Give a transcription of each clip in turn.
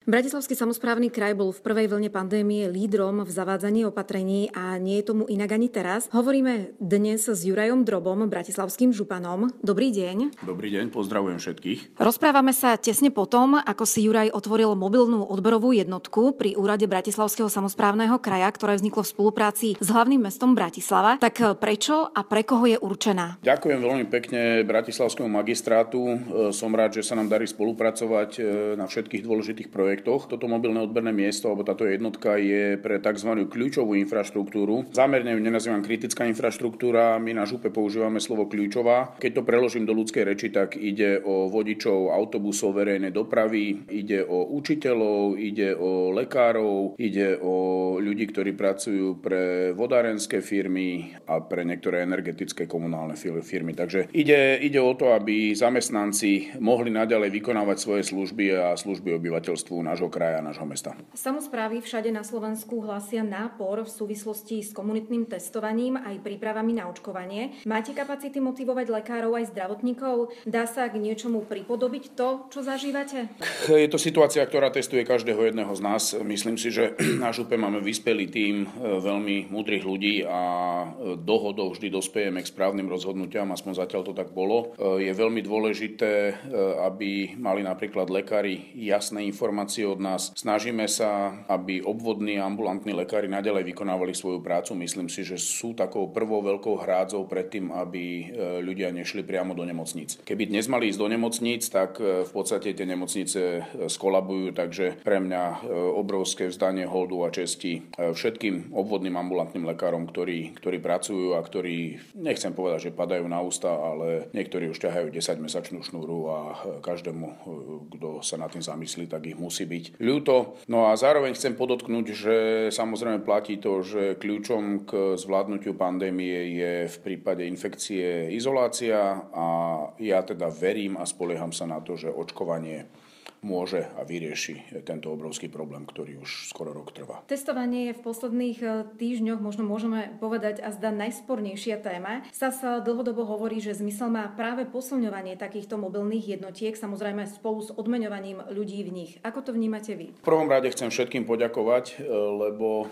Bratislavský samosprávny kraj bol v prvej vlne pandémie lídrom v zavádzaní opatrení a nie je tomu inak ani teraz. Hovoríme dnes s Jurajom Drobom, bratislavským županom. Dobrý deň. Dobrý deň, pozdravujem všetkých. Rozprávame sa tesne potom, ako si Juraj otvoril mobilnú odberovú jednotku pri úrade Bratislavského samosprávneho kraja, ktoré vzniklo v spolupráci s hlavným mestom Bratislava. Tak prečo a pre koho je určená? Ďakujem veľmi pekne Bratislavskému magistrátu. Som rád, že sa nám darí spolupracovať na všetkých dôležitých projektoch. Toto mobilné odberné miesto, alebo táto jednotka je pre tzv. Kľúčovú infraštruktúru. Zámerne ju nenazývam kritická infraštruktúra, my na župe používame slovo kľúčová. Keď to preložím do ľudskej reči, tak ide o vodičov autobusov verejnej dopravy, ide o učiteľov, ide o lekárov, ide o ľudí, ktorí pracujú pre vodárenské firmy a pre niektoré energetické komunálne firmy. Takže ide o to, aby zamestnanci mohli naďalej vykonávať svoje služby a služby obyvateľstvu nášho kraja a nášho mesta. Samosprávy všade na Slovensku hlásia nápor v súvislosti s komunitným testovaním aj prípravami na očkovanie. Máte kapacity motivovať lekárov aj zdravotníkov? Dá sa k niečomu pripodobiť to, čo zažívate? Je to situácia, ktorá testuje každého jedného z nás. Myslím si, že na župe máme vyspelý tím veľmi múdrych ľudí a dohodou vždy dospejeme k správnym rozhodnutiam, aspoň zatiaľ to tak bolo. Je veľmi dôležité, aby mali napríklad lekári jasné informácie od nás. Snažíme sa, aby obvodní a ambulantní lekári naďalej vykonávali svoju prácu. Myslím si, že sú takou prvou veľkou hrádzou pred tým, aby ľudia nešli priamo do nemocníc. Keby dnes mali ísť do nemocníc, tak v podstate tie nemocnice skolabujú, takže pre mňa obrovské vzdanie holdu a česti všetkým obvodným ambulantným lekárom, ktorí pracujú a ktorí, nechcem povedať, že padajú na ústa, ale niektorí už ťahajú 10-mesačnú šnúru a každému, kto sa nad tým zamyslí, tak ich musí byť ľúto. No a zároveň chcem podotknúť, že samozrejme platí to, že kľúčom k zvládnutiu pandémie je v prípade infekcie izolácia a ja teda verím a spolieham sa na to, že očkovanie môže a vyrieši tento obrovský problém, ktorý už skoro rok trvá. Testovanie je v posledných týždňoch, možno môžeme povedať, azda najspornejšia téma. SAS dlhodobo hovorí, že zmysel má práve posilňovanie takýchto mobilných jednotiek, samozrejme spolu s odmeňovaním ľudí v nich. Ako to vnímate vy? V prvom rade chcem všetkým poďakovať, lebo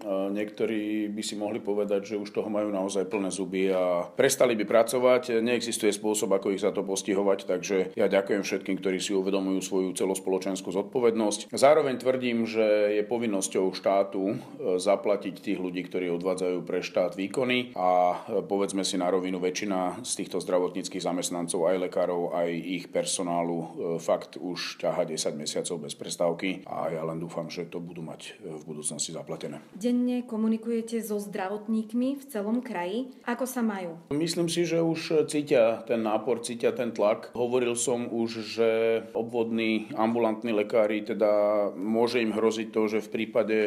niektorí by si mohli povedať, že už toho majú naozaj plné zuby a prestali by pracovať. Neexistuje spôsob, ako ich za to postihovať, takže ja ďakujem všetkým, ktorí si uvedomujú svoju celospoločenskú zodpovednosť. Zároveň tvrdím, že je povinnosťou štátu zaplatiť tých ľudí, ktorí odvádzajú pre štát výkony a povedzme si na rovinu, väčšina z týchto zdravotníckych zamestnancov, aj lekárov, aj ich personálu fakt už ťaha 10 mesiacov bez prestávky a ja len dúfam, že to budú mať v budúcnosti zaplatené. Denne komunikujete so zdravotníkmi v celom kraji. Ako sa majú? Myslím si, že už cítia ten nápor, cítia ten tlak. Hovoril som už, že obvodní ambulantní lekári, teda môže im hroziť to, že v prípade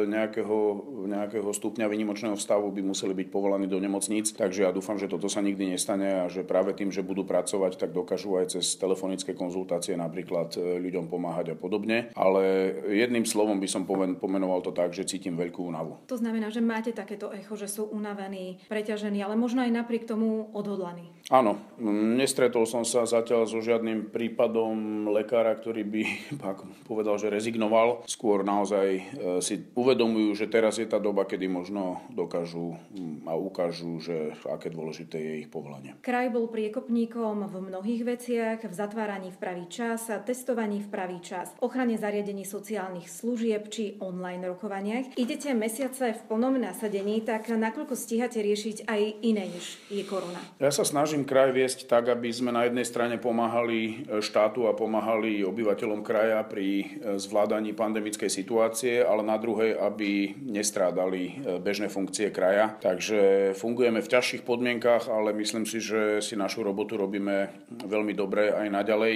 nejakého stupňa výnimočného stavu by museli byť povolaní do nemocníc. Takže ja dúfam, že toto sa nikdy nestane a že práve tým, že budú pracovať, tak dokážu aj cez telefonické konzultácie napríklad ľuďom pomáhať a podobne. Ale jedným slovom by som pomenoval to tak, že cítim veľkú únavu. To znamená, že máte takéto echo, že sú unavení, preťažení, ale možno aj napriek tomu odhodlaní. Áno, nestretol som sa zatiaľ so žiadnym prípadom lekára, ktorý by povedal, že rezignoval. Skôr naozaj si uvedomujú, že teraz je tá doba, kedy možno dokážu a ukážu, že aké dôležité je ich povolanie. Kraj bol priekopníkom v mnohých veciach, v zatváraní v pravý čas, testovaní v pravý čas, ochrane zariadení sociálnych služieb či online rokovaniach. Idete mesiace v plnom nasadení, tak nakoľko stíhate riešiť aj iné, než je korona? Ja sa snažím kraj viesť tak, aby sme na jednej strane pomáhali štátu a pomáhali obyvateľom kraja pri zvládaní pandemickej situácie, ale na druhej, aby nestrádali bežné funkcie kraja. Takže fungujeme v ťažších podmienkach, ale myslím si, že si našu robotu robíme veľmi dobre aj naďalej.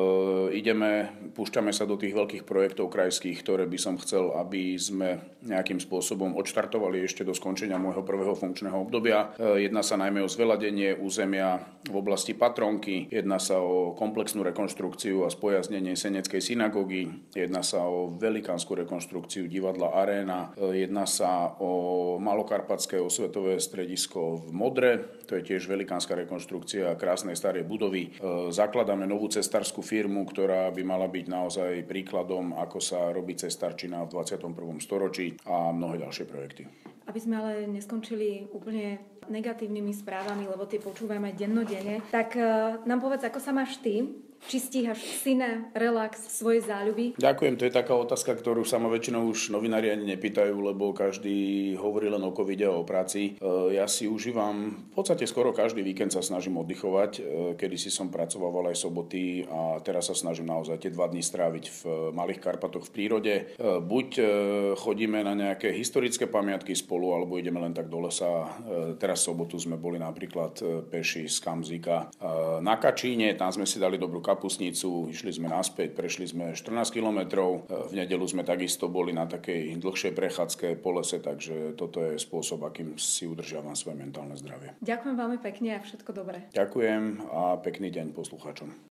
Púšťame sa do tých veľkých projektov krajských, ktoré by som chcel, aby sme nejakým spôsobom odštartovali ešte do skončenia môjho prvého funkčného obdobia. Jedná sa najmä o zveľadenie územia v oblasti Patronky, jedná sa o komplexnú rekonštrukciu a spojaznenie Seneckej synagógy, jedná sa o velikánsku rekonštrukciu divadla Aréna, jedná sa o malokarpatské osvetové stredisko v Modre, to je tiež velikánska rekonštrukcia krásnej starej budovy. Zakladáme novú cestárskú firmu, ktorá by mala byť naozaj príkladom, ako sa robí cestárčina v 21. storočí a mnohé ďalšie projekty. Aby sme ale neskončili úplne negatívnymi správami, lebo tie počúvame dennodenne, tak nám povedz, ako sa máš ty? Či stíhaš syna, relax, svoje záľuby? Ďakujem, to je taká otázka, ktorú sa ma väčšinou už novinári ani nepýtajú, lebo každý hovorí len o covide a o práci. Ja si užívam, v podstate skoro každý víkend sa snažím oddychovať. Kedysi som pracoval aj soboty a teraz sa snažím naozaj tie 2 dni stráviť v Malých Karpatoch v prírode. Buď chodíme na nejaké historické pamiatky spolu, alebo ideme len tak do lesa. Teraz v sobotu sme boli napríklad peši z Kamzíka na Kačíne, tam sme si dali dobrú kapusnicu, išli sme naspäť, prešli sme 14 kilometrov. V nedeľu sme takisto boli na takej dlhšej prechádzke po lese, takže toto je spôsob, akým si udržiavam svoje mentálne zdravie. Ďakujem veľmi pekne a všetko dobré. Ďakujem a pekný deň poslucháčom.